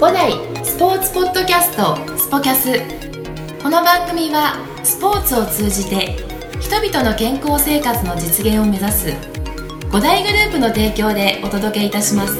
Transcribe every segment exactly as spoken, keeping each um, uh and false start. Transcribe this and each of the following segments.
五代スポーツポッドキャストスポキャス。この番組はスポーツを通じて人々の健康生活の実現を目指す五大グループの提供でお届けいたします。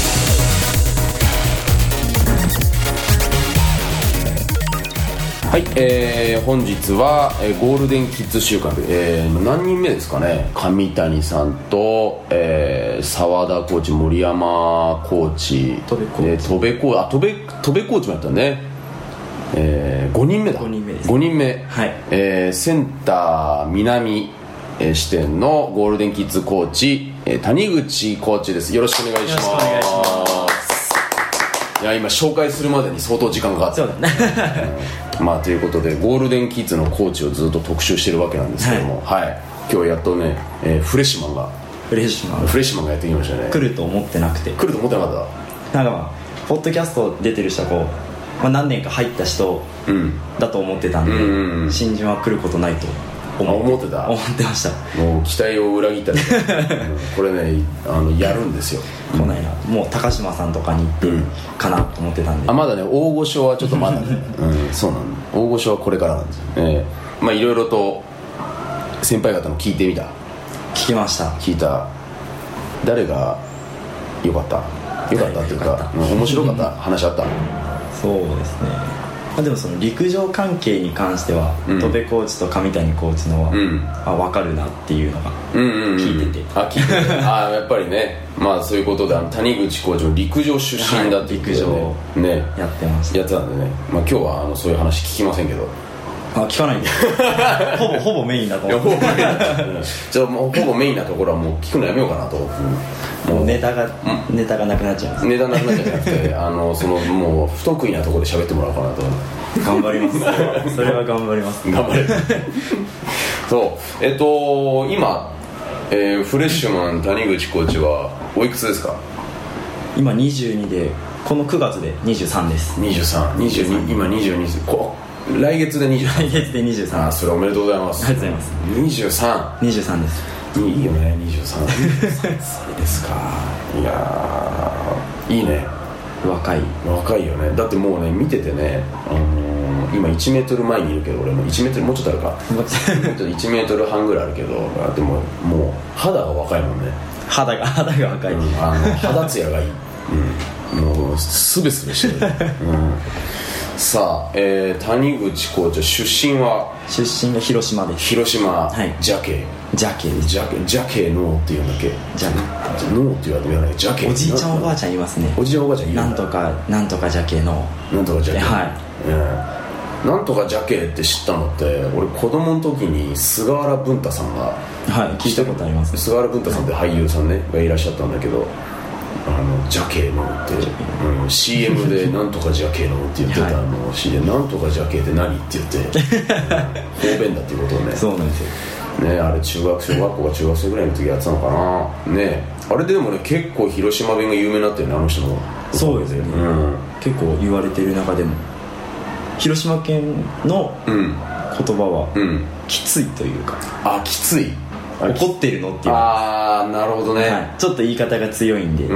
はい、えー、本日は、えー、ゴールデンキッズ週間で、えー、何人目ですかね。上谷さんと、えー、澤田コーチ、森山コーチ、 戸部コーチ、 戸部コーチ、あ、戸部、戸部コーチもやったね。えー、ごにんめだ。 ごにんめです。 ごにんめ、 はい。 えー、センター南、えー、支店のゴールデンキッズコーチ、えー、谷口コーチです。よろしくお願いします。 よろしくお願いします。 いや、今紹介するまでに相当時間がかかってそうだね、 うん、まあということでゴールデンキッズのコーチをずっと特集してるわけなんですけども、はい、はい、今日やっとね、えー、フレッシュマンがフレッシュマンフレッシュマンがやってきましたね。 来ると思ってなくて来ると思ってなかった。 なんかまあポッドキャスト出てる人はこう、まあ、何年か入った人だと思ってたんで、うん、新人は来ることないと思って、 思ってた思ってました。 もう期待を裏切ったり、うん、これね、あのやるんですよ。 来ないな、もう高島さんとかに行ってかなと思ってたんで、 あ、まだね、大御所はちょっとまだね、うん、そうなんだ。大御所はこれからなんですよ、えー、まあいろいろと先輩方も聞いてみた。 聞きました。 聞いた。誰が良かった良かったっていうか、うん、面白かった話あった。 そうですね、まあ、でもその陸上関係に関しては、うん、戸部コーチと上谷コーチのは、うん、あ、分かるなっていうのが聞いてて、 うんうんうん、あ、聞いててあ、やっぱりね、まあそういうことで、あの谷口コーチも陸上出身だっていうことで、ね、 はい、陸上ねやってました。 やってたんでね、まあ、今日はあのそういう話聞きませんけど。 あ、聞かないんでほぼほぼメインだと思って。 じゃあもうほぼメインなところはもう聞くのやめようかなと。 もうもうネタが、うん、ネタがなくなっちゃいます。 ネタなくなっちゃうじゃなくてあのそのもう不得意なところで喋ってもらおうかなと。 頑張りますそれは頑張ります。 頑張れそう、えっと今、えー、フレッシュマン谷口コーチはおいくつですか？ 今にじゅうにで、このくがつでにじゅうさんです。 にじゅうさん、にじゅうに、今にじゅうにです。こ来月でにじゅうさん。 来月でにじゅうさん。 あ、それおめでとうございます。 ありがとうございます。 にじゅうさん。にじゅうさんです。 いいよね、にじゅうさん。にじゅうさんさいですか。いやー、いいね。 若い。 若いよね。だってもうね、見ててね、あのー、今いちメートル前にいるけど、俺もいちメートルもうちょっとあるか。いちメートルはんぐらいあるけど、でももう肌が若いもんね。 肌が肌が若い。うん、 あの肌ツヤがいい。うん、もうスベスベしてる。うん。さあ、えー、谷口コーチ出身は出身が広島です。 広島、 はい、 ジャケジャケです。 ジャケジャケノーっていうんだっけ。 ジャケノーって言われても言わない。ジャケ。 おじいちゃんおばあちゃんいますね。 おじいちゃんおばあちゃんいる。 なんとかなんとかジャケノー、 なんとかジャケ、 はい、 えー、なんとかジャケって知ったのって、俺子供の時に菅原文太さんが、 はい、聞いたことあります。 菅原文太さんって俳優さんね、がいらっしゃったんだけど、あのジャケーノって、うん、シーエム でなんとかジャケーノって言ってた、はい、あの シーエム でなんとかジャケーって何って言って方便だっていうことをね。 そうなんですよね。あれ中学小学校が中学生ぐらいの時やってたのかなね。あれでもね、結構広島弁が有名になってるね、あの人も。 そうですよね、うん、結構言われてる中でも広島県の言葉は、うん、きついというか、 あ、きつい、 怒ってるのっていう。 ああ、なるほどね、 はい、ちょっと言い方が強いんで、うん、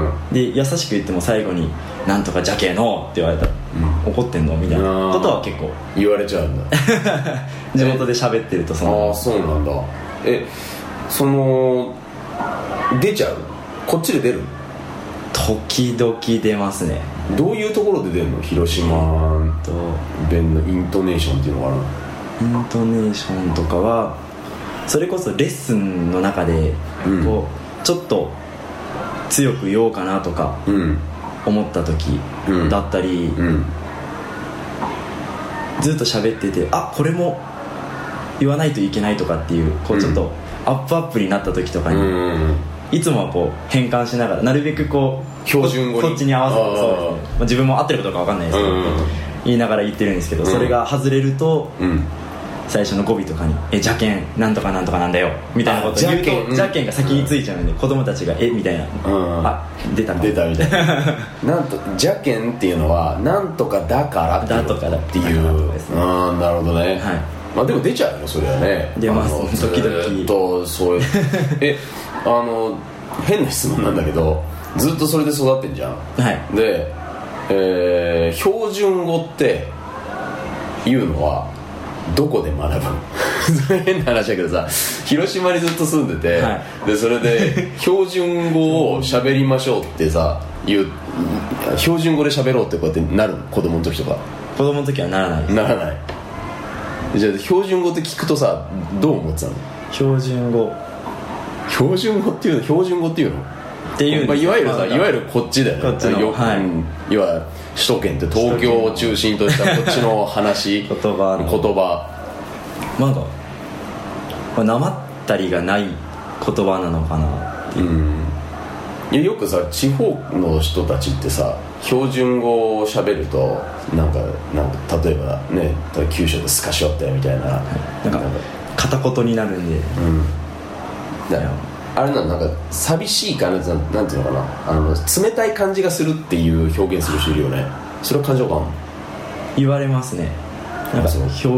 で優しく言っても最後になんとかジャケーのって言われたら、うん、怒ってんのみたいなことは結構言われちゃうんだ地元で喋ってると。そのああ、そうなんだ。え、その出ちゃう？こっちで出る？ 時々出ますね。 どういうところで出るの？広島弁のイントネーションっていうのかな。 イントネーションとかはそれこそレッスンの中でこう、うん、ちょっと強く言おうかなとか思った時だったり、うんうん、ずっと喋ってて、あ、これも言わないといけないとかっていう、こうちょっとアップアップになった時とかに、うん、いつもはこう変換しながらなるべくこう標準語にこっちに合わせて、そうですね、まあ、自分も合ってることか分かんないですけど、うん、言いながら言ってるんですけど、それが外れると、うん、最初の語尾とかにえじゃけんなんとかなんとかなんだよみたいなことを言うと、じゃけんが先についちゃうんで、うん、子供たちがえみたいな、うん、あ出た出たみたいななんとじゃけんっていうのはなんとかだからっていうだとかだっていう、うん、なるほどね、はい、まあでも出ちゃうよそれはね。 出ます時々 ずっとそういうえあの変な質問なんだけど、ずっとそれで育ってんじゃん、 はい、 でえー、標準語っていうのはどこで学ぶそれ変な話だけどさ、広島にずっと住んでて、はい、でそれで標準語を喋りましょうってさ言う、標準語で喋ろうってこうやってなるの？子供の時とか。 子供の時はならないです。 ならない。じゃあ標準語って聞くとさどう思ってたの？ 標準語標準語っていうの標準語っていうのっていう、まあ、いわゆるさ、いわゆるこっちだよね。 こっちの、はい、うん、 いわゆる首都圏って東京を中心としたこっちの話言葉の言葉なんか、まあ、なまったりがない言葉なのかなっていう、うん、 いやよくさ地方の人たちってさ標準語を喋るとなんかなんか例えばね九州でスカショったよみたいな、はい、 なんか片言になるんで、うん、 だからあれなのなんか寂しい感じなんていうのかな、あの冷たい感じがするっていう表現する人いるよね。それは感情感言われますね。なんかその表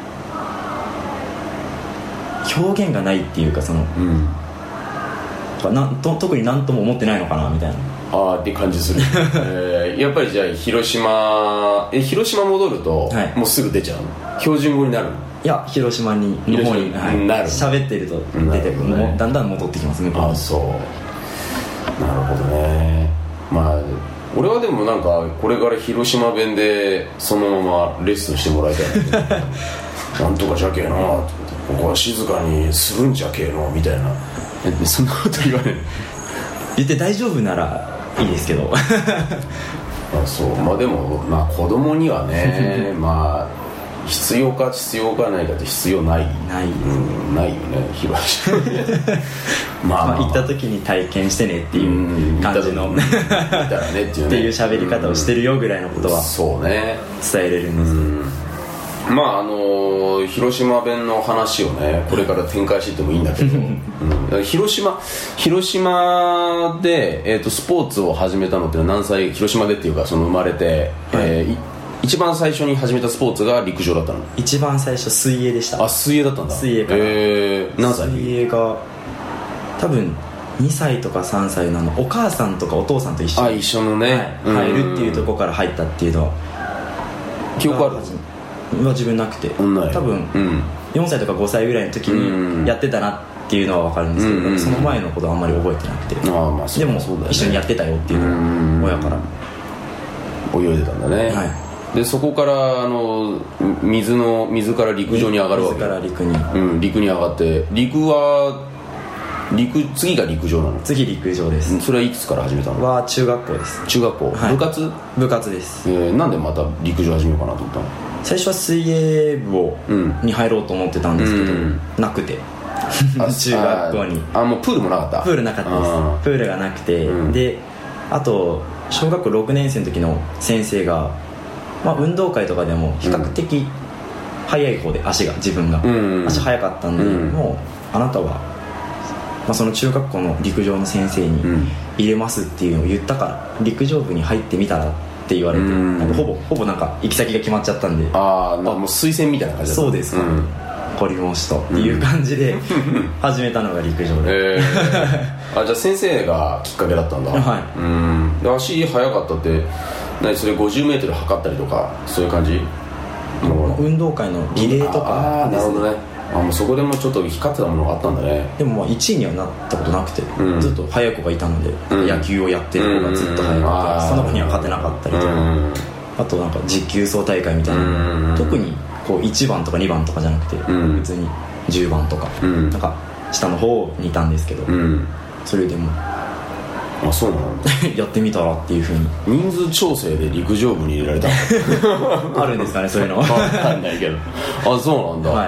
表現がないっていうかその、うん、なんと特に何とも思ってないのかなみたいなあーって感じする、えー、やっぱりじゃあ広島え広島戻ると、はい、もうすぐ出ちゃうの？標準語になるの？ いや広島にの方に、はい、なる喋ってると出て、ね、だんだん戻ってきます向こうに。 あそうなるほどね。まあ俺はでもなんかこれから広島弁でそのままレッスンしてもらいたいななんとかじゃけえなここは静かにするんじゃけえのみたいな。えそんなこと言われる言って大丈夫ならいいですけどあそうまあでもまあ子供にはねまあ必要か必要かないかって必要ないない、 うん、ないよね広島まあ、まあ、行った時に体験してねっていう感じの、うん、行ったらねっていうねっていう喋り方をしてるよぐらいのことはそうね伝えれるんです、うんまああのー、広島弁の話をねこれから展開していってもいいんだけど、うん、だから広島広島で、えーと、スポーツを始めたのって何歳広島でっていうかその生まれて、はいえー、一番最初に始めたスポーツが陸上だったの？ 一番最初水泳でした。 あ水泳だったんだ。 水泳から、えー、何歳？ 水泳が多分にさいとかさんさいの、あのお母さんとかお父さんと一緒にあ一緒のね、 はい、入るっていうところから入ったっていうのは記憶ある？ は自分なくて多分、うん、よんさいとかごさいぐらいの時にやってたなっていうのは分かるんですけど、うん、その前のことはあんまり覚えてなくて、うん、あまあでもそうだよね、一緒にやってたよっていうのを親から泳いでたんだね、はい、でそこからあの水の水から陸上に上がるわけ。 水から陸に、 うん、陸に上がって陸は陸次が陸上なの？ 次陸上です。 それはいくつから始めたの？ は中学校です。 中学校、はい、部活？ 部活です、 えー、なんでまた陸上始めようかなと思ったの？ 最初は水泳部を、うん、に入ろうと思ってたんですけど、うん、なくて中学校にあ, あもうプールもなかった？ プールなかったです。プールがなくて、うん、であと小学校ろくねん生の時の先生が、まあ、運動会とかでも比較的速い方で足が自分が、うん、足速かったんで、うん、もうあなたは、まあ、その中学校の陸上の先生に入れますっていうのを言ったから陸上部に入ってみたらって言われて、なんかほぼほぼなんか行き先が決まっちゃったんで、 ああもう推薦みたいな感じだった。 そうですか、うん、こりましたっていう感じで始めたのが陸上で、 えー、あじゃあ先生がきっかけだったんだ。 はい。 うんで足速かったって何それ ごじゅうメートル 測ったりとかそういう感じ？ 運動会のリレーとか、 ああなるほどね。あもうそこでもちょっと光ってたものがあったんだね。 でもまあいちいにはなったことなくて、うん、ずっと速い子がいたので、うん、野球をやってる子がずっと速かった、うん、その子には勝てなかったりとか、うん、あとなんか持久走大会みたいな、うん、特にこういちばんとかにばんとかじゃなくて、うん、普通にじゅうばんとか、うん、なんか下の方にいたんですけど、うん、それでもあそうなんだやってみたらっていうふうに人数調整で陸上部に入れられたあるんですかねそういうの分かんないけどあそうなんだ、はい、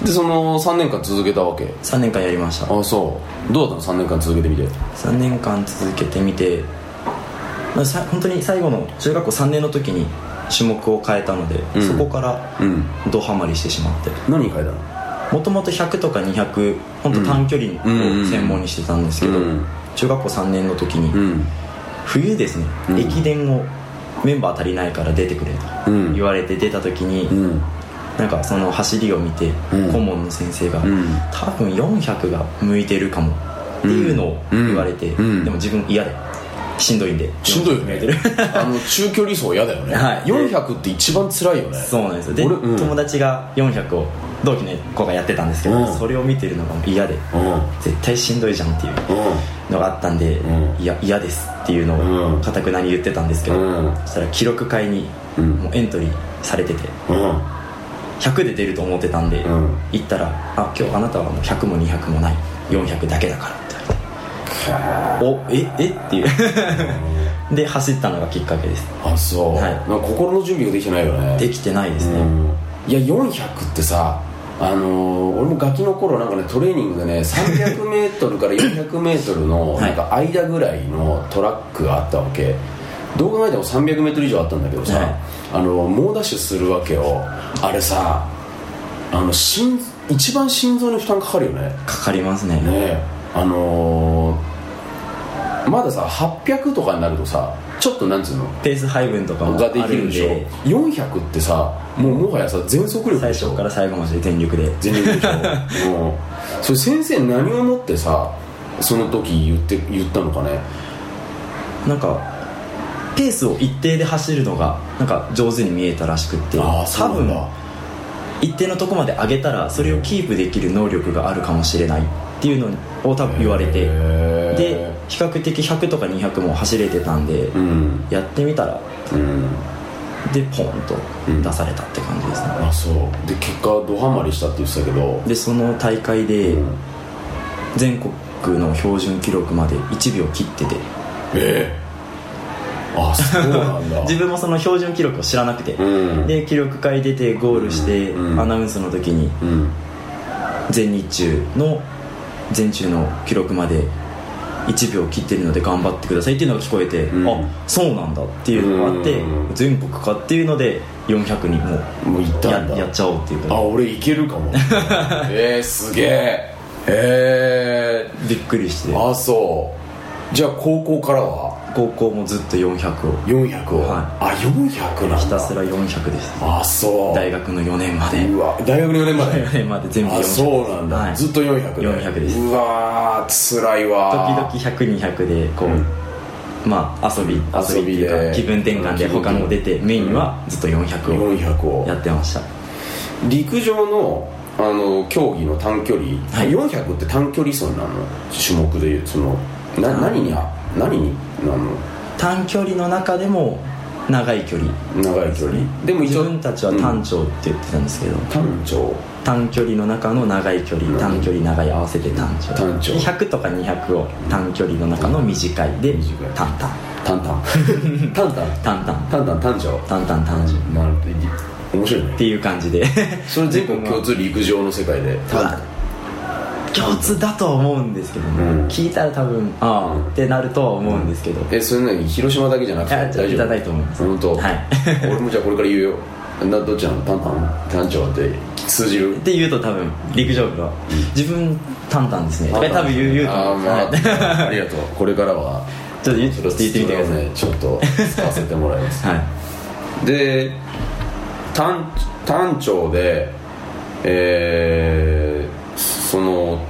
でそのさんねんかん続けたわけ？ さんねんかんやりました。 あそうどうだったのさんねんかん続けてみて？ さんねんかん続けてみて本当に最後の中学校さんねんの時に種目を変えたので、うん、そこからドハマりしてしまって、 うん、何変えたの？ もともとひゃくとかにひゃく本当短距離を専門にしてたんですけど、うんうん、中学校さんねんの時に、うん、冬ですね、うん、駅伝をメンバー足りないから出てくれと言われて出た時に、うん、なんかその走りを見て、うん、顧問の先生が、うん、多分よんひゃくが向いてるかもっていうのを言われて、うん、でも自分嫌でしんどいんでしんどいよねあの中距離走嫌だよね、はい、よんひゃくって一番辛いよね。 そうなんですよ。で、うん、友達がよんひゃくを同期の子がやってたんですけど、うん、それを見てるのが嫌で、うん、絶対しんどいじゃんっていうのがあったんで、うん、いや嫌ですっていうのをかたくなに言ってたんですけど、うん、そしたら記録会にもうエントリーされてて、うん、ひゃくで出ると思ってたんで、うん、行ったらあ今日あなたはもうひゃくもにひゃくもないよんひゃくだけだからって言われておええっていうで走ったのがきっかけです。 あそう、はい、なんか心の準備ができてないよね。 できてないですね、うん、 いやよんひゃくってさあのー、俺もガキの頃なんかねトレーニングでねさんびゃくメートルからよんひゃくメートルのなんか間ぐらいのトラックがあったわけ。どう考えてもさんびゃくメートル以上あったんだけどさ、はい、あの猛ダッシュするわけよ。あれさあの心一番心臓に負担かかるよね。 かかりますね。 ねあのー、まださはっぴゃくとかになるとさちょっとなんつうのペース配分とかもあるんでができるでしょ。よんひゃくってさもうもはやさ全速力でしょ。 最初から最後まで全力で全力でしょもうそれ先生何をもってさその時言って言ったのかね。 なんかペースを一定で走るのがなんか上手に見えたらしくって、あ多分一定のとこまで上げたらそれをキープできる能力があるかもしれないっていうのを多分言われて、で比較的ひゃくとかにひゃくも走れてたんで、うん、やってみたら、うん、でポンと出されたって感じですね、 うん、あそうで結果ドハマりしたって言ってたけど、 でその大会で全国の標準記録までいちびょう切ってて、 えーあそうなんだ自分もその標準記録を知らなくて、うん、で記録会出てゴールして、うん、アナウンスの時に、うん、全日中の全中の記録までいちびょう切ってるので頑張ってくださいっていうのが聞こえて、うん、あそうなんだっていうのがあって、うん、全国かっていうのでよんひゃくにもう、もう行ったんだ や, やっちゃおうっていうか、 あ俺いけるかもえーすげええー、びっくりして、 あそうじゃあ高校からは高校もずっとよんひゃくをよんひゃくを、はい、あよんひゃくなんだ。 ひたすらよんひゃくです。 あそう大学のよねんまで。 うわ大学のよねんまでよねんまで全部よんひゃく。 あそうなんだ、はい、ずっとよんひゃくでよんひゃくです。 うわつらいわ。 時々ひゃく、にひゃくでこう、うん、まあ遊び遊びっていうか気分転換で他のも出て、メインはずっとよんひゃくをやってました。 陸上のあの競技の短距離、はい、よんひゃくって短距離走なの種目でいうそのな何に何になの短距離の中でも長い距離長い距離でも自分たちは単長って言ってたんですけど、うん、 単長短距離の中の長い距離、うん、短距離長い合わせて単長単長ひゃくとかにひゃくを短距離の中の短いで短短短短短短短短短短短長短短短長なるほど面白いねっていう感じでそれ全国共通陸上の世界で共通だとは思うんですけどね、うん、聞いたら多分ああ、うん、ってなるとは思うんですけど、 えそれ何広島だけじゃなくて大丈夫いただいと思います。 本当、 はい、 俺もじゃあこれから言うよなどっちなのタンタンタンチョって通じるって言うと多分陸上部は、うん、自分タンタンですねとか多分言う言うと思う。 あ、まあ、ありがとうこれからはちょっと言ってみてください、 ね、ちょっと使わせてもらいます、 はい、 で単単調でえー、その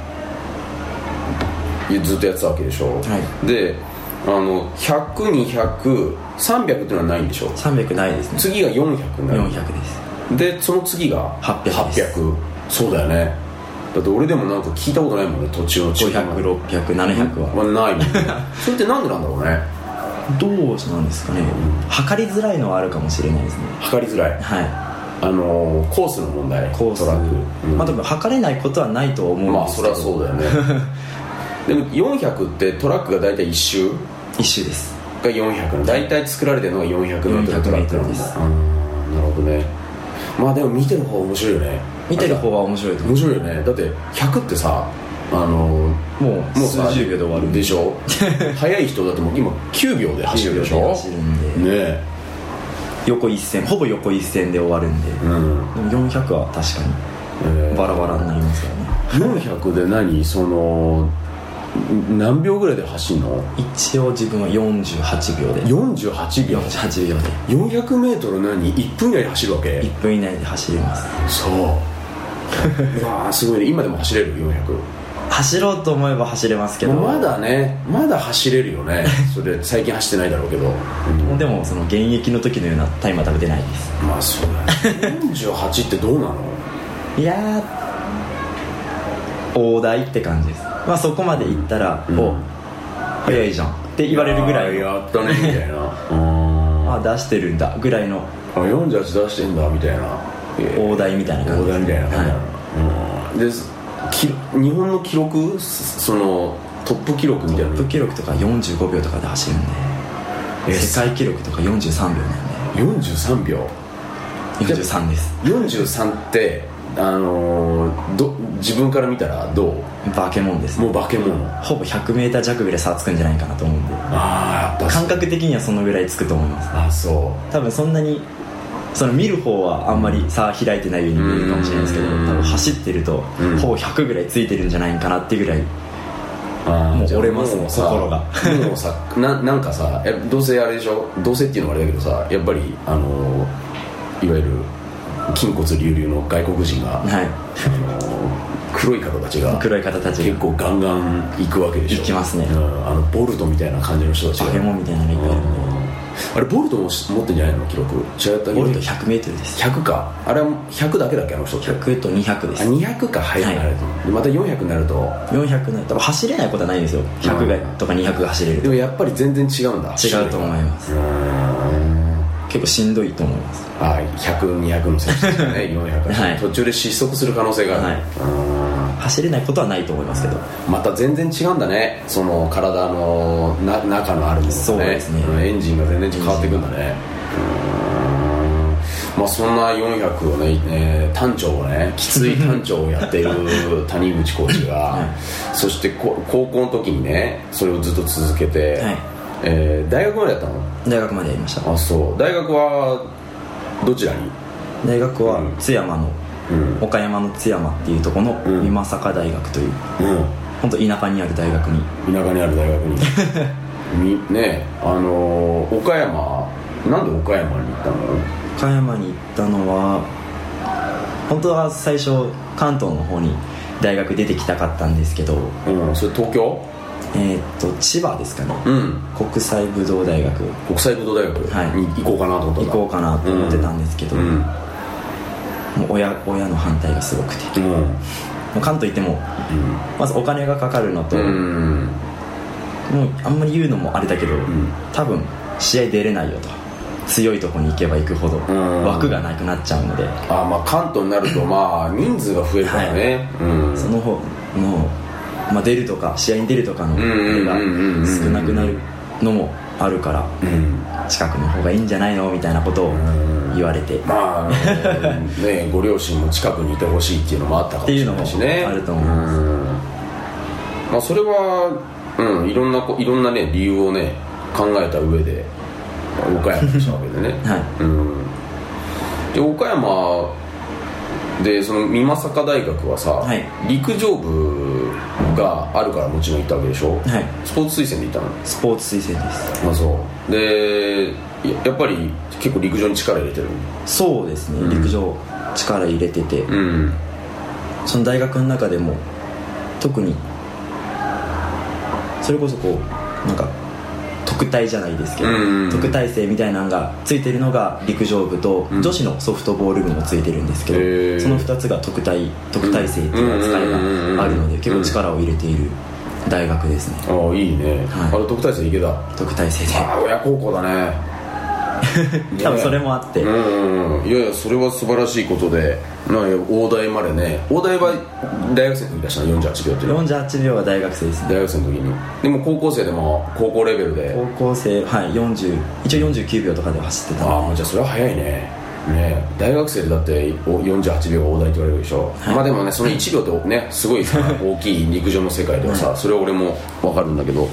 ずっとやってたわけでしょ、はい、であのひゃく、にひゃく、さんびゃくっていうのはないんでしょ。 さんびゃくないですね。 次がよんひゃくになる。 よんひゃくですでその次がはっぴゃくです。はっぴゃくそうだよね。だって俺でもなんか聞いたことないもんね途中のごひゃく、ろっぴゃく、ななひゃくは、 うん、ないもんねそれってなんでなんだろうね。 どうなんですかね、うん、測りづらいのはあるかもしれないですね。 測りづらい、 はい、 あのー、コースの問題コーストラック、うん、まあでも測れないことはないと思うんですけど、 まあそりゃそうだよねでもよんひゃくってトラックが大体いっ周いっ周ですがよんひゃくの大体作られてるのがよんひゃくメートルトラックなんだ。です。なるほどね。まあでも見てる方が面白いよね。 見てる方は面白いと思う。 面白いよね。だってひゃくってさあのもうもう数十秒で終わるでしょ速い人だってもう今きゅうびょうで走るでしょ。 走るんでね横一線ほぼ横一線で終わるんで、うん、でもよんひゃくは確かにバラバラになりますからね。 よんひゃくで何その何秒ぐらいで走るの？ 一応自分はよんじゅうはちびょうでよんじゅうはちびょうよんじゅうはちびょうでよんひゃくメートル何いっぷん以内で走るわけ？ いっぷん以内で走ります。 そううわーすごいね。今でも走れるよんひゃく走ろうと思えば走れますけど、 まだねまだ走れるよねそれ最近走ってないだろうけど、 うん、でもその現役の時のようなタイムは多分出ないです。 まあそうだねよんじゅうはちってどうなの？ いやー大台って感じです。まあそこまで行ったら、うん、お早いじゃんって言われるぐらい、 やったねみたいなあ出してるんだぐらいの、 あよんじゅうはち出してんだみたいな、 大台みたいな感じ大台みたいな感じ、はい、うん、で日本の記録、そのトップ記録みたいな、 トップ記録とかよんじゅうごびょうとかで走るんで、世界記録とかよんじゅうさんびょうなんで。 よんじゅうさんびょう？ よんじゅうさんです。 よんじゅうさんってあのー、ど自分から見たらどう？ 化け物です、 ね、もう化け物、 ほぼひゃくメーター弱ぐらい差つくんじゃないかなと思うんで。 ああやっぱ感覚的にはそのぐらいつくと思います。 あそう多分そんなにその見る方はあんまり差開いてないように見えるかもしれないですけど、多分走ってるとほぼひゃくぐらいついてるんじゃないかなっていうぐらい、あもう折れますもん心が。 もうさ な, なんかさどうせあれでしょ、どうせっていうのもあれだけどさ、やっぱりあのいわゆる筋骨隆々の外国人が、はい、あの黒い方たちが黒い方たちが結構ガンガン行くわけでしょ。 行きますね、 うん、あのボルトみたいな感じの人たちが、 バケモンみたいなのがいっぱいいるんで、 あれボルトも持ってんじゃないの記録？違った？ ボルトひゃくメートルです。 ひゃくか、あれはひゃくだけだっけあの人って？ ひゃくとにひゃくです。 あにひゃくか、速くなると、はい、でまたよんひゃくになるとよんひゃくになると走れないことはないんですよ、ひゃくとかにひゃくが走れると。 でもやっぱり全然違うんだ。 違うと思います。結構しんどいと思います。 はい、ひゃく、にひゃくの選手ですよねよんひゃく、はい、途中で失速する可能性がある、 はい、走れないことはないと思いますけど、また全然違うんだね、その体のな中のあるものがね。 そうですね、 エンジンが全然変わってくんだね。うん、まあ、そんなよんひゃくをね、えー、単調をね、きつい単調をやっている谷口コーチが、はい、そして高校の時にねそれをずっと続けて、はい、えー、大学までやったの？ 大学までやりました。 あ、そう。大学はどちらに？ 大学は津山の、うん、岡山の津山っていうところの美作大学という、うん、本当田舎にある大学に田舎にある大学にみね、あのー、岡山、なんで岡山に行ったの？ 岡山に行ったのは本当は最初関東の方に大学出てきたかったんですけど、 うん、それ東京？ えー、っと千葉ですかね、うん、国際武道大学国際武道大学に行こうかなと思った、 はい、行こうかなと思ってたんですけど、うん、もう 親, 親の反対がすごくて、うん、もう関東行っても、うん、まずお金がかかるのと、うん、もうあんまり言うのもあれだけど、うん、多分試合出れないよと、強いところに行けば行くほど枠がなくなっちゃうので、 あ、まあ関東になるとまあ人数が増えるからね、はい、うん、 その方のまあ、出るとか試合に出るとかの手が少なくなるのもあるから、近くの方がいいんじゃないのみたいなことを言われて、 まあね、ご両親も近くにいてほしいっていうのもあったかもしれないしね、っていうのもあると思います。 まあ、それは、うん、いろんないろんなね理由をね考えた上で岡山にしたわけでね、はい、うん、で岡山でその美作大学はさ、はい、陸上部があるからもちろん行ったわけでしょ、はい、スポーツ推薦で行ったの？ スポーツ推薦です。 あ、そうで、やっぱり結構陸上に力入れてる？ そうですね、うん、陸上力入れてて、うん、その大学の中でも特にそれこそこうなんか特待じゃないですけど、うんうん、特待生みたいなのがついてるのが陸上部と、うん、女子のソフトボール部もついてるんですけど、うん、そのふたつが特待特待生っていう扱いがあるので、結構力を入れている大学ですね。 ああ、いいね、はい、あれ特待生池田特待生で、 ああ、親孝行だね多分それもあって、 うんうん、いやいや、それは素晴らしいことで、なんか大台までね、大台は大学生の時出したのよんじゅうはちびょうっていうの？ よんじゅうはちびょうは大学生ですね。 大学生の時に。でも高校生でも高校レベルで高校生、はい、よんじゅう一応よんじゅうきゅうびょうとかで走ってた。 ああ、じゃあそれは早いね。ね、大学生でだってよんじゅうはちびょうが大台って言われるでしょ、はい、まあでもね、そのいちびょうってね、すごい大きい陸上の世界ではさ、はい、それは俺も分かるんだけど、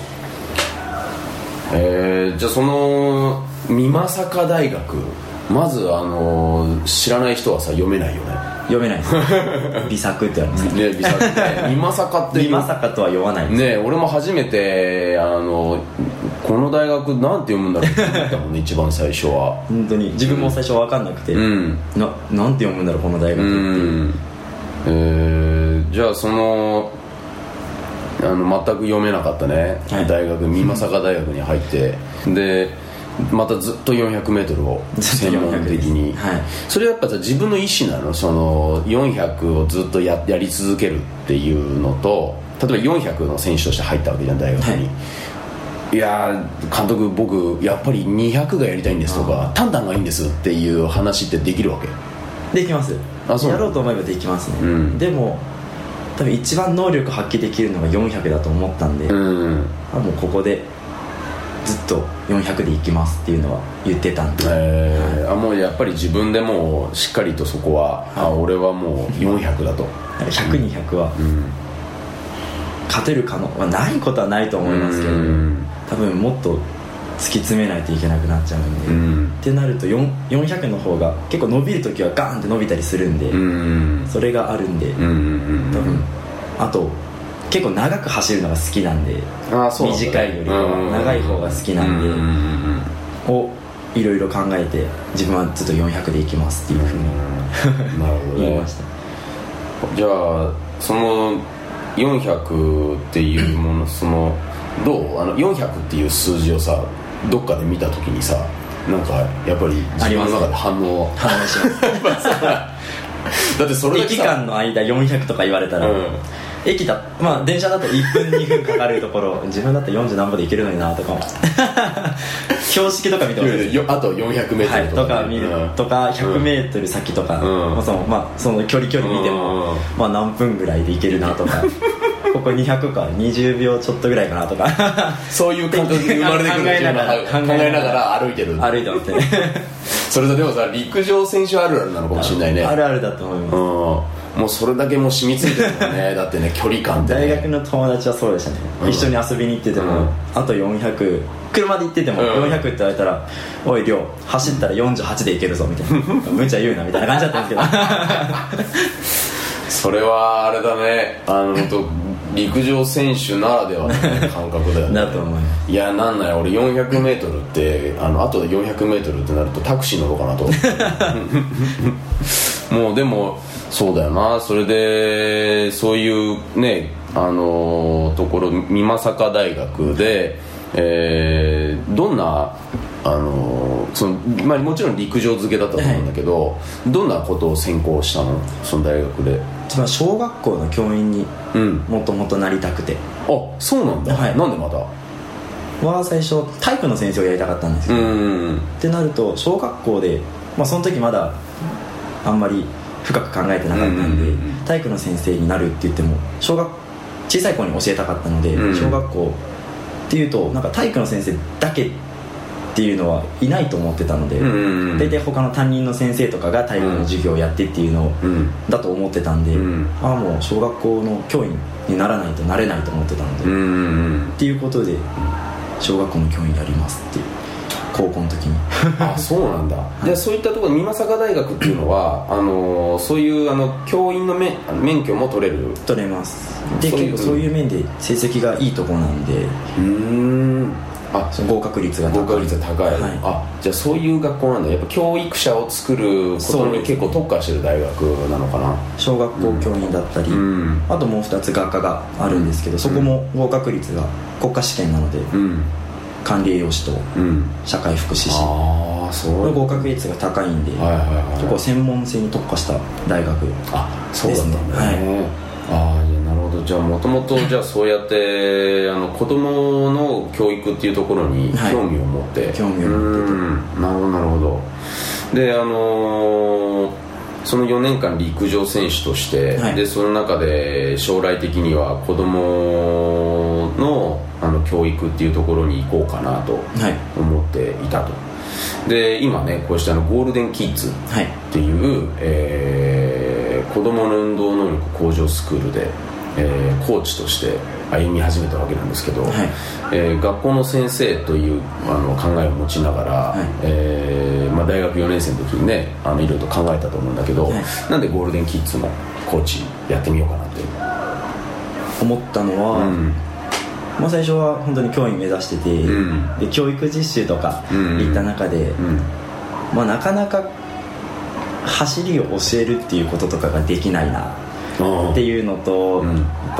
えー、じゃあその美作大学、まずあのー、知らない人はさ読めないよね。 読めないです美作ってあるんですかね、美作ね、美作って美作とは読まないですね。俺も初めてあのこの大学なんて読むんだろうって思ったもんね一番最初は。 本当に自分も最初分かんなくて、うん、な, なんて読むんだろうこの大学っていう、うん、 えー、じゃあそのあの全く読めなかったね、はい、大学美作大学に入ってでまたずっと よんひゃくメートル を専門的に、はい、それはやっぱさ自分の意思なの？そのよんひゃくをずっと や, やり続けるっていうのと、例えばよんひゃくの選手として入ったわけじゃん大学に、はい、いや監督僕やっぱりにひゃくがやりたいんですとかタンタンがいいんですっていう話ってできるわけ？ できます。あ、そうやろうと思えばできますね、うん、でも多分一番能力発揮できるのがよんひゃくだと思ったんで、うん、あもうここでずっとよんひゃくでいきますっていうのは言ってたんで、 えーはい、あもうやっぱり自分でもうしっかりとそこは、はい、あ俺はもうよんひゃくだとひゃく、にひゃくは、うん、勝てる可能はないことはないと思いますけど、うん、多分もっと突き詰めないといけなくなっちゃうんで、うん、ってなると よんひゃくの方が結構伸びるときはガーンって伸びたりするんで、うん、それがあるんで、うん、多分あと結構長く走るのが好きなんで、あそうなんだね、短いよりは長い方が好きなんで、うん、をいろいろ考えて自分はずっとよんひゃくでいきますっていうふうになるほど、ね、言いました。 じゃあそのよんひゃくっていうものそのどうあのよんひゃくっていう数字をさどっかで見たときにさなんかやっぱり自分の中で反応反応しますだってそれだけ駅間の間よんひゃくとか言われたら、うん、駅だまあ電車だといっぷんにふんかかるところ自分だったらよんじゅう何歩で行けるのになとか標識とか見てますあとよんひゃくメートルとか、 はい、とか見る、うん、とかひゃくメートル先とか、うんまあそのまあ、その距離距離見ても、うんまあ、何分ぐらいで行けるなとかここにひゃくかにじゅうびょうちょっとぐらいかなとかそういう感覚が生まれてくる考えながら考えながら歩いてる歩いてますねそれとでもさ陸上選手あるあるなのかもしれないね。 あるあるだと思います、うん、 もうそれだけもう染みついてるもんねだってね距離感って、ね、 大学の友達はそうでしたね、うん、一緒に遊びに行ってても、うん、あとよんひゃく車で行っててもよんひゃくって言われたら、うん、おい亮走ったらよんじゅうはちで行けるぞみたいな無茶言うなみたいな感じだったんですけどそれはあれだねあのと陸上選手ならではの感覚だよねだと思います。 いやなんない俺よんひゃくメートルってあのあとでよんひゃくメートルってなるとタクシー乗ろうかなともうでもそうだよなそれでそういうねあのところ美作大学で、えー、どんなあのその、まあ、もちろん陸上漬けだったと思うんだけど、はい、どんなことを専攻したのその大学で。 自分は小学校の教員にもともとなりたくて、 うん、あそうなんだ、はい、なんでまたは最初体育の先生をやりたかったんですけど、うん、ってなると小学校で、まあ、その時まだあんまり深く考えてなかったんで、うん、体育の先生になるって言っても小学小さい子に教えたかったので、うん、小学校っていうとなんか体育の先生だけっていうのはいないと思ってたので、うんうんうん、大体他の担任の先生とかが体育の授業をやってっていうのだと思ってたんで、うん、ああもう小学校の教員にならないとなれないと思ってたので、うんうんうん、っていうことで小学校の教員やりますっていう高校の時にあそうなんだ、はい、でそういったところ美作大学っていうのはあのそういうあの教員の免許も取れる取れますで結構そういう面で成績がいいところなんでうーんあその合格率が高い合格率が高い、はい、あじゃあそういう学校なんだやっぱ教育者を作ることに結構特化してる大学なのかな小学校教員だったり、うん、あともうふたつ学科があるんですけど、うん、そこも合格率が国家試験なので、うん、管理栄養士と社会福祉士の合格率が高いんで、はいはいはい、結構専門性に特化した大学ですね。 あそうだったんだね、はい、あなるほどじゃあもともとじゃあそうやってあの子供の教育っていうところに興味を持って、はい、 興味を持っててなるほどなるほどであのー、そのよねんかん陸上選手として、はい、でその中で将来的には子供のあの教育っていうところに行こうかなと思っていたと、はい、で今ねこうしたあのゴールデンキッズっていう、はいえー、子供の運動能力向上スクールで、えー、コーチとして歩み始めたわけなんですけど、はいえー、学校の先生というあの考えを持ちながら、はいえーまあ、大学よねん生の時にねあのいろいろと考えたと思うんだけど、はい、なんでゴールデンキッズのコーチやってみようかなって思ったのは、うんまあ、最初は本当に教員目指してて、うん、で教育実習とか行った中で、うんうんまあ、なかなか走りを教えるっていうこととかができないなっていうのと、うん、やっぱ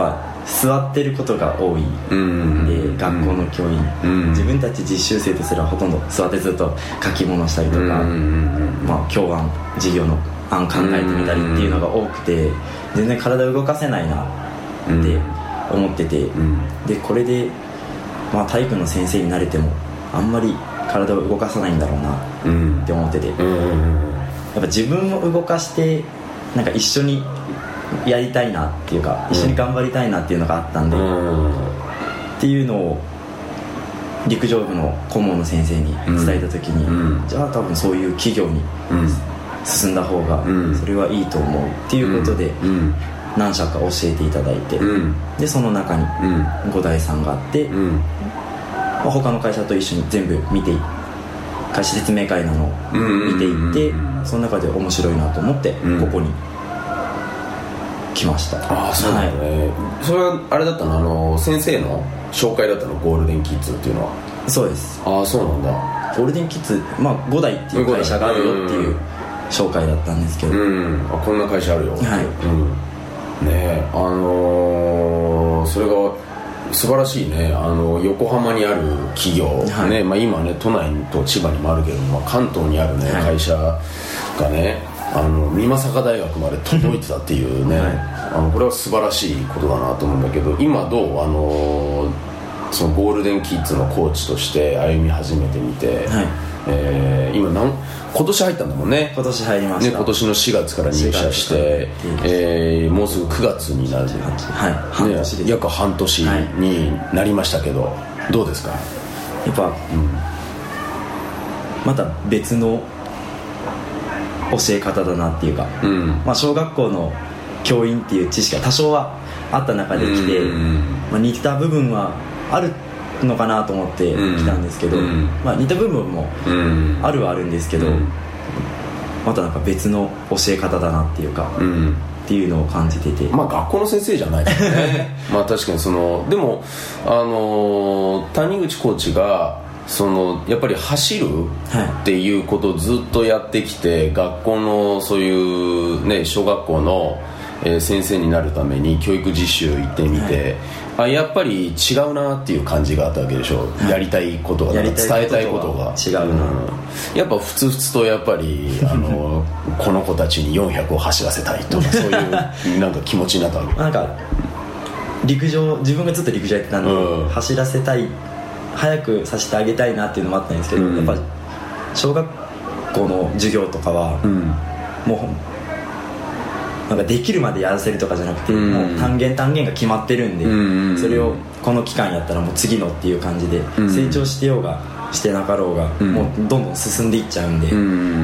座ってることが多いんで、うん、学校の教員、うん、自分たち実習生とすればほとんど座ってずっと書き物したりとか、うんまあ、教案授業の案考えてみたりっていうのが多くて、全然体を動かせないなって思ってて、うん、でこれで、まあ、体育の先生になれてもあんまり体を動かさないんだろうなって思ってて、うん、やっぱ自分を動かしてなんか一緒にやりたいなっていうか、一緒に頑張りたいなっていうのがあったんで、うん、っていうのを陸上部の顧問の先生に伝えた時に、うん、じゃあ多分そういう企業に進んだ方がそれはいいと思うっていうことで何社か教えていただいて、うん、でその中に五大さんがあって、うんまあ、他の会社と一緒に全部見て会社説明会なのを見ていって、その中で面白いなと思ってここに来ました。 ああそうだね、はい、それはあれだったの、あの先生の紹介だったの、ゴールデンキッズっていうのは。 そうです。 ああそうなんだ。 ゴールデンキッズ、まあ、五大っていう会社があるよっていう紹介だったんですけど、うん、 あこんな会社あるよ、はいうん、ねえあのー、それが素晴らしいね。あの横浜にある企業、はいねまあ、今ね都内と千葉にもあるけど、まあ、関東にある、ねはい、会社がねあの美作大学まで届いてたっていうね、はい、あのこれは素晴らしいことだなと思うんだけど、今どうあのそのゴールデンキッズのコーチとして歩み始めてみて、はいえー、今なん今年入ったんだもんね。 今年入りました、 ね、今年のしがつから入社して、えー、もうすぐくがつになる、 はい半年です、 ね、約半年になりましたけど、はい、どうですか。 やっぱ、うん、また別の教え方だなっていうか、うんまあ、小学校の教員っていう知識が多少はあった中で来て、うんまあ、似た部分はあるのかなと思って来たんですけど、うんまあ、似た部分もあるはあるんですけど、うん、またなんか別の教え方だなっていうか、うん、っていうのを感じてて、 まあ学校の先生じゃないですねまあ確かにそのでもあの谷口コーチがそのやっぱり走るっていうことをずっとやってきて、はい、学校のそういうね小学校のえー、先生になるために教育実習行ってみて、はい、あやっぱり違うなっていう感じがあったわけでしょ、はい、やりたいことが伝えたいことが違うな、うん、 やっぱふつふつとやっぱりあのこの子たちによんひゃくを走らせたいとかそういうなんか気持ちになったわけなんか陸上自分がずっと陸上やってたんで、うん、走らせたい早くさせてあげたいなっていうのもあったんですけど、うん、やっぱ小学校の授業とかは、うん、もうなんかできるまでやらせるとかじゃなくて、うん、もう単元単元が決まってるんで、うん、それをこの期間やったらもう次のっていう感じで、うん、成長してようがしてなかろうが、うん、もうどんどん進んでいっちゃうんで、うん、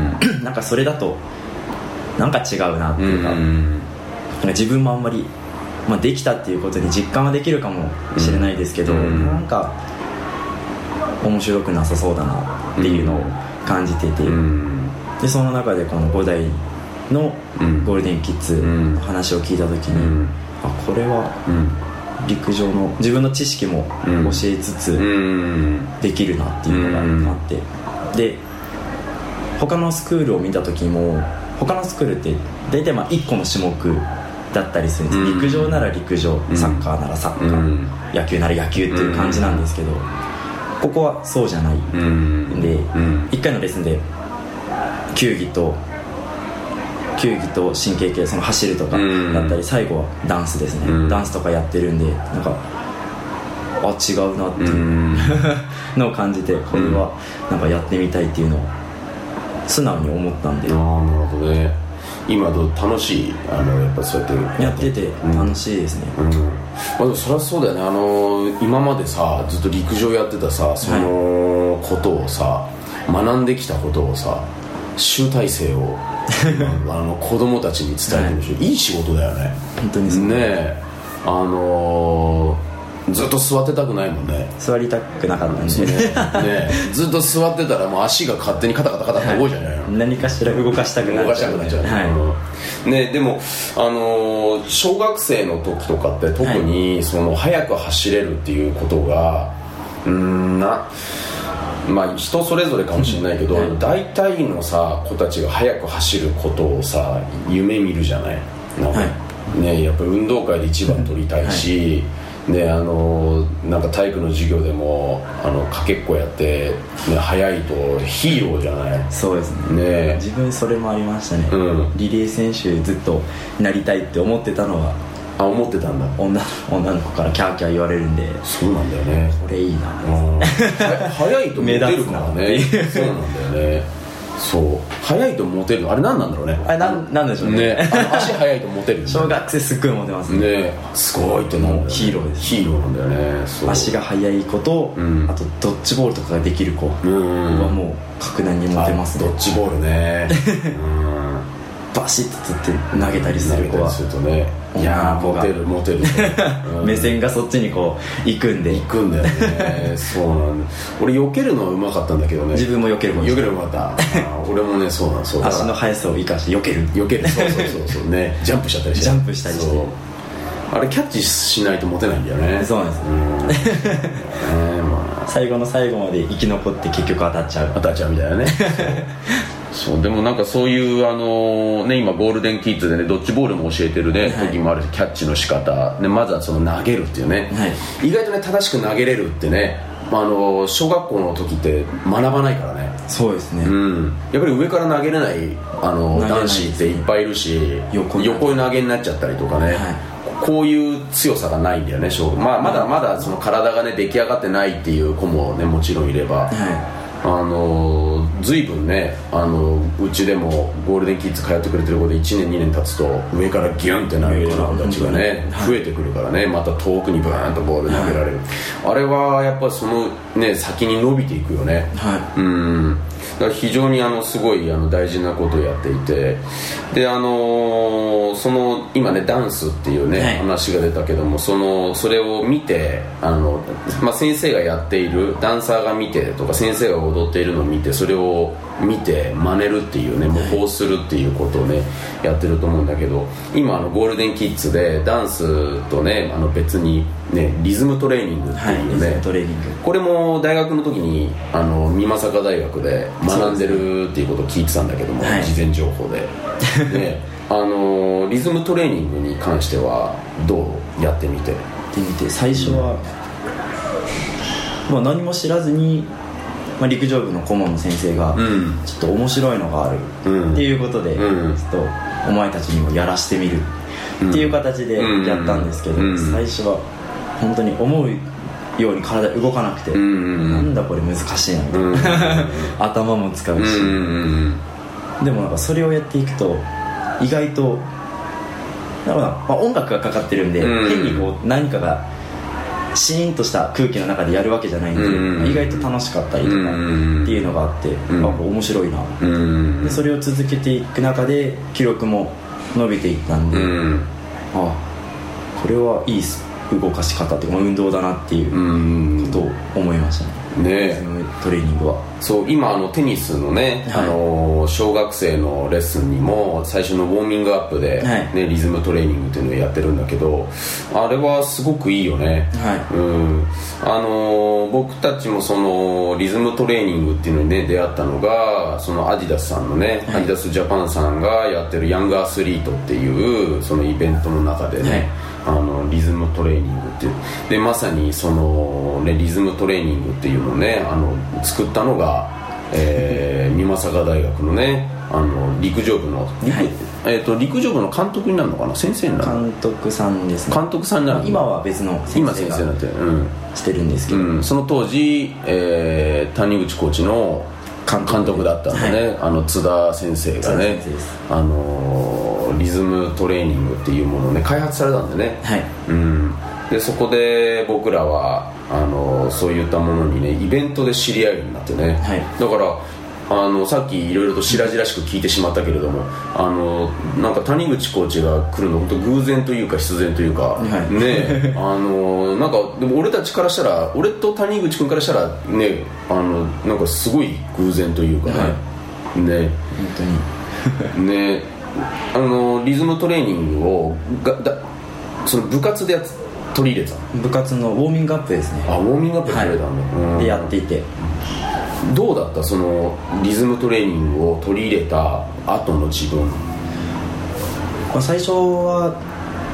なんかそれだとなんか違うなっていうか、うん、なんか自分もあんまり、まあ、できたっていうことに実感はできるかもしれないですけど、うん、なんか面白くなさそうだなっていうのを感じてて、うん、でその中でこのご代のゴールデンキッズの話を聞いた時に、うん、あこれは陸上の自分の知識も教えつつできるなっていうのがあって、で他のスクールを見た時も他のスクールって大体まあいっこの種目だったりするんです、うん、陸上なら陸上、サッカーならサッカー、うん、野球なら野球っていう感じなんですけど、ここはそうじゃないんで、うん、いっかいのレッスンで球技と球技と神経系その走るとかだったり、最後はダンスですね、うん、ダンスとかやってるんでなんかあ違うなっていうのを感じて、これはなんかやってみたいっていうのを素直に思ったんで、 ああなるほどね。今どう楽しいあのやっぱそうやってやってて楽しいですね、うんうん、 まあ、でもそりゃそうだよね。あの今までさずっと陸上やってたさそのことをさ、はい、学んできたことをさ集大成をあの子供たちに伝えてるでしょ、はい、いい仕事だよね本当にそうね。えあのー、ずっと座ってたくないもんね。 座りたくなかったんで、ねね、ずっと座ってたらもう足が勝手にカタカタカタって動いちゃうじゃないの、はい、 何かしら動かしたくなっちゃう、動かしたくなっちゃう、 はいね、でも、あのー、小学生の時とかって特にその速く走れるっていうことがうーんなまあ、人それぞれかもしれないけど、はい、大体のさ子たちが速く走ることをさ夢見るじゃないなんか、はい、 ね、やっぱり運動会で一番取りたいし、はいね、あのなんか体育の授業でもあのかけっこやって、ね、速いとヒーローじゃない。 そうです ね, ね自分それもありましたね、うん、リレー選手ずっとなりたいって思ってたのはあ思ってたんだ女, 女の子からキャーキャー言われるんで。 そうなんだよね。 これいいな速いとモテるからねそうなんだよね。そう速いとモテるのあれ何なんだろうね。 あれなんなんでしょう ね, ねあの足速いとモテる、ね、 小学生すっごいモテますね, ねすごいってなるんだよ、ね、 ヒーローですヒーローなんだよね。そう足が速い子と、うん、あとドッジボールとかができる子はもう格段にモテますね。 ドッジボールねうんバシッとつって投げたりする子はするとね、いやーモテるモテる、 うん、目線がそっちにこう行くんで行くんだよねそうなんだ。俺避けるのはうまかったんだけどね。 自分も避ける避けるのうまかった俺もねそうなんそうだ足の速さを生かして避ける避けるそうそうそうそうねジャンプしちゃったりしてジャンプしたりしてあれキャッチしないとモテないんだよね。 そうなんです、うんねまあ、最後の最後まで生き残って結局当たっちゃう当たっちゃうみたいなねそうでもなんかそういうあのね今ゴールデンキッズでねドッジボールも教えてるね、はい、時もあるしキャッチの仕方でまずはその投げるっていうね、はい、意外とね正しく投げれるってね、まあ、あの小学校の時って学ばないからね。 そうですね、 うん、やっぱり上から投げれないあの男子っていっぱいいるし横に投げになっちゃったりとかね、はいこういう強さがないんだよね、まあ、まだまだその体が、ね、出来上がってないっていう子も、ね、もちろんいれば、はいあの随分ねあのうちでもゴールデンキッズ通ってくれてる子でいちねんにねん経つと上からギュンって投げるような子たちがね増えてくるからね、また遠くにブーンとボール投げられる、はい、あれはやっぱりその、ね、先に伸びていくよね、はい、うんだから非常にあのすごいあの大事なことをやっていてであのその今ねダンスっていうね、はい、話が出たけどもそのそれを見てあの、まあ、先生がやっているダンサーが見てとか先生が踊っているのを見てそれを見て真似るっていうね模倣するっていうことをねやってると思うんだけど今あのゴールデンキッズでダンスとねあの別にねリズムトレーニングっていうね、はい、トレーニングこれも大学の時にあの美作大学で学んでるっていうことを聞いてたんだけども、はい、事前情報で、ね、あのリズムトレーニングに関してはどうやってみてやってみて最初は、うんまあ、何も知らずにまあ、陸上部の顧問の先生がちょっと面白いのがあるっていうことで、うん、ちょっとお前たちにもやらしてみるっていう形でやったんですけど、うん、最初は本当に思うように体動かなくて、うん、なんだこれ難しいなみたいな、うん、頭も使うし、うん、でもなんかそれをやっていくと意外となんか、まあ、音楽がかかってるんで、うん、変にこう何かがシーンとした空気の中でやるわけじゃないんで、うん、意外と楽しかったりとかっていうのがあって、うん、あ面白いな、うん、でそれを続けていく中で記録も伸びていったんで、うん、あこれはいい動かし方っていうか運動だなっていうことを思いましたね。ねトレーニングはそう今あのテニスのね、はい、あの小学生のレッスンにも最初のウォーミングアップで、ねはい、リズムトレーニングっていうのをやってるんだけどあれはすごくいいよね、はいうんあの僕たちもそのリズムトレーニングっていうのに、ね、出会ったのがそのアディダスさんのね、はい、アディダスジャパンさんがやってるヤングアスリートっていうそのイベントの中でね、はいあのリズムトレーニングっていうでまさにその、ね、リズムトレーニングっていうのをねあの作ったのが、えー、美作大学のねあの陸上部の陸、はいえー、と陸上部の監督になるのかな先生になる監督さんですね監督さんになる今は別の先生がしてるんですけど、 うん、その当時、えー、谷口コーチの監督だったんでね、はい、あの津田先生がねあのリズムトレーニングっていうものをね開発されたんでね、はいうん、でそこで僕らはあのそういったものにねイベントで知り合うようになってね、はい、だからあのさっきいろいろと白々しく聞いてしまったけれどもあのなんか谷口コーチが来るの本当偶然というか必然というか、はい、ねあのなんかでも俺たちからしたら俺と谷口君からしたらねあのなんかすごい偶然というかね、はい、ね本当にねあのリズムトレーニングをがだその部活でやつ取り入れた部活のウォーミングアップですねあウォーミングアップで取り入れたんだ、 はいうん、でやっていてどうだったそのリズムトレーニングを取り入れた後の自分、 まあ、最初は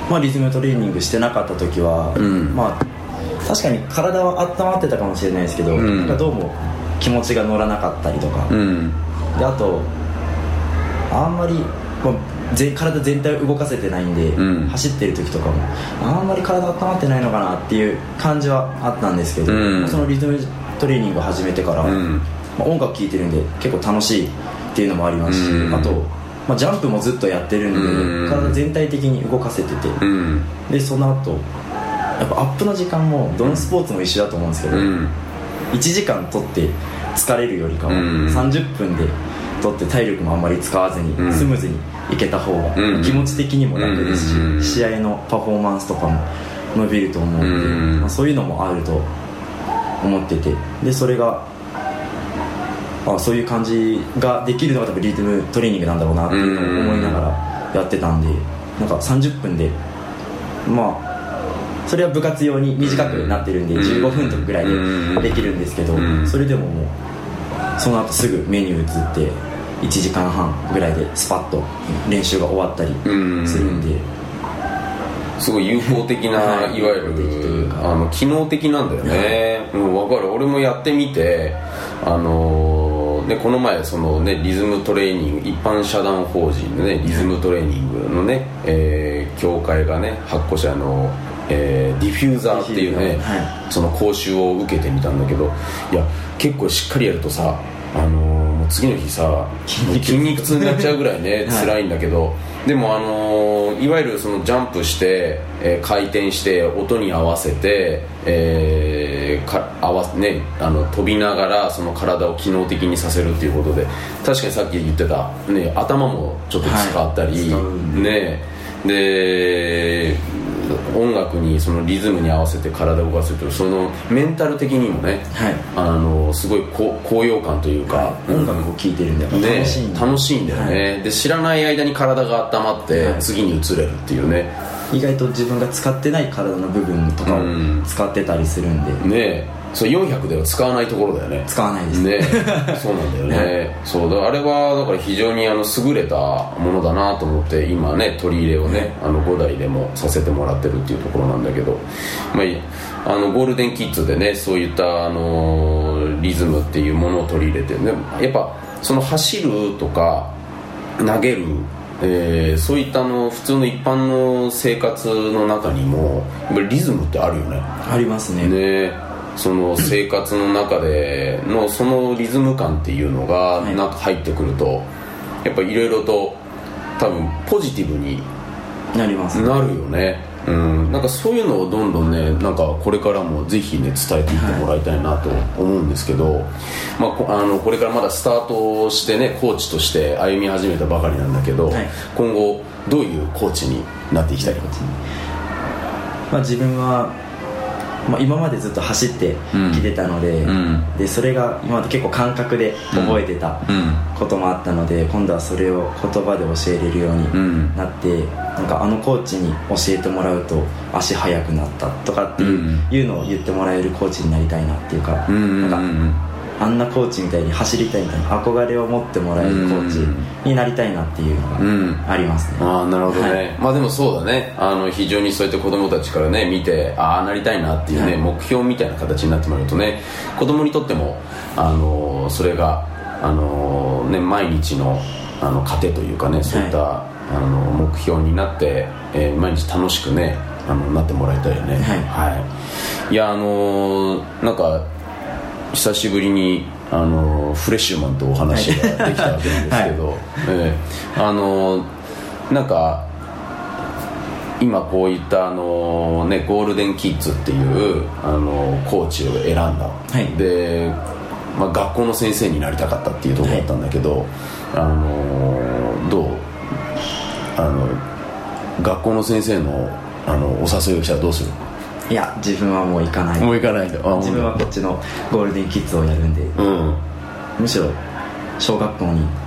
まあ、リズムトレーニングしてなかった時は、うん、まあ確かに体は温まってたかもしれないですけど、うん、なんかどうも気持ちが乗らなかったりとか、うん、であとあんまり、まあ、ぜ体全体を動かせてないんで、うん、走ってる時とかもあんまり体温まってないのかなっていう感じはあったんですけど、うん、そのリズムトレーニングを始めてから、うんまあ、音楽聴いてるんで結構楽しいっていうのもありますし、うん、あと、まあ、ジャンプもずっとやってるんで、うん、体全体的に動かせてて、うん、でその後やっぱアップの時間もどのスポーツも一緒だと思うんですけど、うん、いちじかん取って疲れるよりかはさんじゅっぷんで取って体力もあんまり使わずにスムーズにいけた方が気持ち的にも楽ですし、うん、試合のパフォーマンスとかも伸びると思うので、うんまあ、そういうのもあると思ってて、でそれがあそういう感じができるのが多分リズムトレーニングなんだろうなっていうのを思いながらやってたんで、なんかさんじゅっぷんでまあそれは部活用に短くなってるんでじゅうごふんとかぐらいでできるんですけど、それでももうその後すぐメニュー移っていちじかんはんぐらいでスパッと練習が終わったりするんで、 すごい有効的な、はい、いわゆるあの機能的なんだよね、うん、分かる。俺もやってみてあのーね、この前その、ね、リズムトレーニング一般社団法人の、ね、リズムトレーニングのね、えー、協会がね発行者のえー、ディフューザーっていうね、はい、その講習を受けてみたんだけど、いや結構しっかりやるとさ、あのー、次の日さ筋肉痛になっちゃうぐらいね、はい、辛いんだけど、でも、あのー、いわゆるそのジャンプして、えー、回転して音に合わせて、えーか合わね、あの飛びながらその体を機能的にさせるっていうことで、確かにさっき言ってた、ね、頭もちょっと使ったり、はい、ねで音楽にそのリズムに合わせて体を動かすと、そのメンタル的にもね、はい、あのすごい高揚感というか、はい、 音楽を聴いてるんだよね、 楽しいんだ、楽しいんだよね、はい、で知らない間に体が温まって次に移れるっていうね、 はい、意外と自分が使ってない体の部分とかを使ってたりするんで、うん、 ねそうよんひゃくでは使わないところだよね。 使わないですねそうなんだよね、はい、そうだあれはだから非常にあの優れたものだなと思って今ね取り入れをね、あのごだいでもさせてもらってるっていうところなんだけど、まあ、あのゴールデンキッズでねそういったあのリズムっていうものを取り入れて、ね、やっぱその走るとか投げるえー、そういったあの普通の一般の生活の中にもやっぱりリズムってあるよね。 ありますね。 ねその生活の中でのそのリズム感っていうのがなんか入ってくると、はい、やっぱりいろいろと多分ポジティブになりますね。 なるよね。うん、なんかそういうのをどんどんねなんかこれからもぜひね伝えていってもらいたいなと思うんですけど、はいまあ、あのこれからまだスタートしてねコーチとして歩み始めたばかりなんだけど、はい、今後どういうコーチになっていきたいか、 まあ、自分は、まあ、今までずっと走ってきてたので、うん、でそれが今まで結構感覚で覚えてたこともあったので、うん、今度はそれを言葉で教えれるようになって、うん、なんかあのコーチに教えてもらうと足速くなったとかっていう、うん、いうのを言ってもらえるコーチになりたいなっていうか、うん、なんかあんなコーチみたいに走りたいみたいな憧れを持ってもらえるコーチになりたいなっていうのがありますね、 うん、ああなるほどね、はい、まあでもそうだねあの非常にそうやって子供たちからね見てああなりたいなっていうね、はい、目標みたいな形になってもらうとね子供にとってもあのそれがあの、ね、毎日のあの糧というかねそういった、はい、あの目標になって、えー、毎日楽しくねあのなってもらいたいよね、はいはい、いやあのなんか久しぶりにあのフレッシュマンとお話ができたわけなんですけど、はいえー、あのなんか今こういったあの、ね、ゴールデンキッズっていうあのコーチを選んだ、はい、で、まあ、学校の先生になりたかったっていうところだったんだけど、はい、あのどうあの学校の先生の、あのお誘いをしたらどうする？ いや自分はもう行かないもう行かないで自分はこっちのゴールデンキッズをやるんで、うん、むしろ小学校に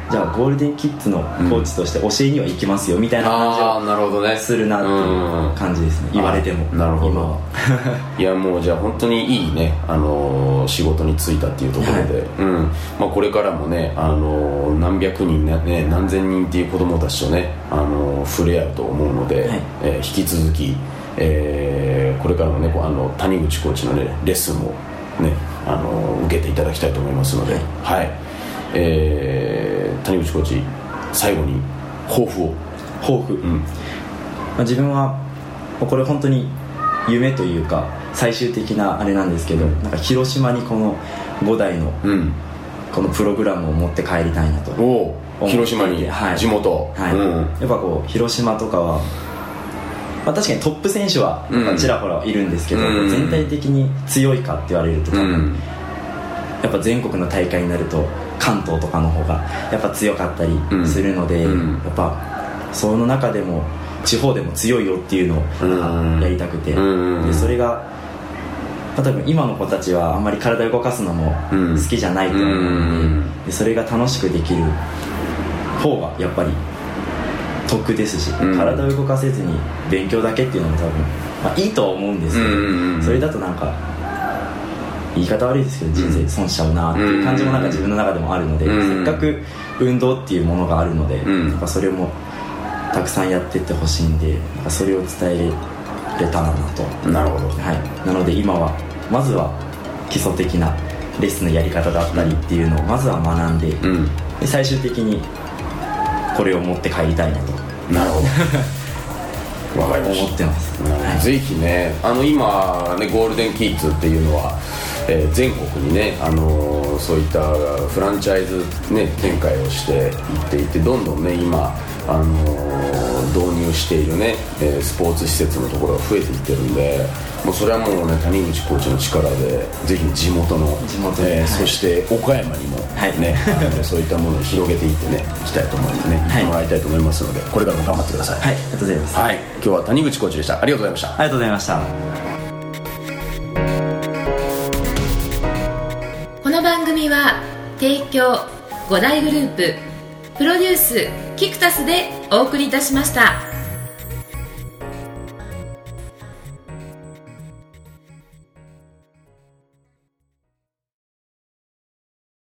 じゃあゴールデンキッズのコーチとして教えには行きますよみたいな感じをするなっていう感じですね、言われても。 なるほどいやもうじゃあ本当にいいね、あのー、仕事に就いたっていうところで、はい、うんまあ、これからもね、あのー、何百人、ね、何千人っていう子供たちとね、あのー、触れ合うと思うので、はい、えー、引き続き、えー、これからもねあの谷口コーチの、ね、レッスンも、ね、あのー、受けていただきたいと思いますので、はい、はい、えー、谷口コーチ最後に抱負を。 抱負、うん、まあ、自分はこれ本当に夢というか最終的なあれなんですけど、うん、なんか広島にこのご代のこのプログラムを持って帰りたいなと、 うん、広島に、はい、地元、 はい、うん、やっぱこう広島とかは、まあ、確かにトップ選手はちらほらいるんですけど、うん、全体的に強いかって言われると多分、うん、やっぱ全国の大会になると関東とかの方がやっぱ強かったりするので、うん、やっぱその中でも地方でも強いよっていうのをやりたくて、うん、でそれが、まあ、多分今の子たちはあんまり体を動かすのも好きじゃないと思うので、うん、でそれが楽しくできる方がやっぱり得ですし、うん、体を動かせずに勉強だけっていうのも多分、まあ、いいとは思うんですけど、うん、それだとなんか言い方悪いですけど人生損しちゃうなっていう感じもなんか自分の中でもあるので、うん、せっかく運動っていうものがあるので、うん、やっぱそれもたくさんやってってほしいんで、なんかそれを伝えれたらなと。 なるほど、 はい、なので今はまずは基礎的なレッスンのやり方だったりっていうのをまずは学んで、うん、で最終的にこれを持って帰りたいなと。 なるほどわかりました、 思ってます、 はい、ぜひね、あの今ねゴールデンキッズっていうのは、えー、全国にね、あのー、そういったフランチャイズ、ね、展開をしていっていて、どんどんね今、あのー、導入しているね、えー、スポーツ施設のところが増えていってるんで、もうそれはもうね谷口コーチの力でぜひ地元の地元、 えーはい、 そして岡山にもね、はい、あのそういったものを広げていってねいきたいと思いますね、行ってもらいたいと思いますので、これからも頑張ってください。 はい、ありがとうございます。 はい、今日は谷口コーチでした。ありがとうございました。 ありがとうございました。 この番組は提供五大グループプロデュースキクタスでお送りいたしました。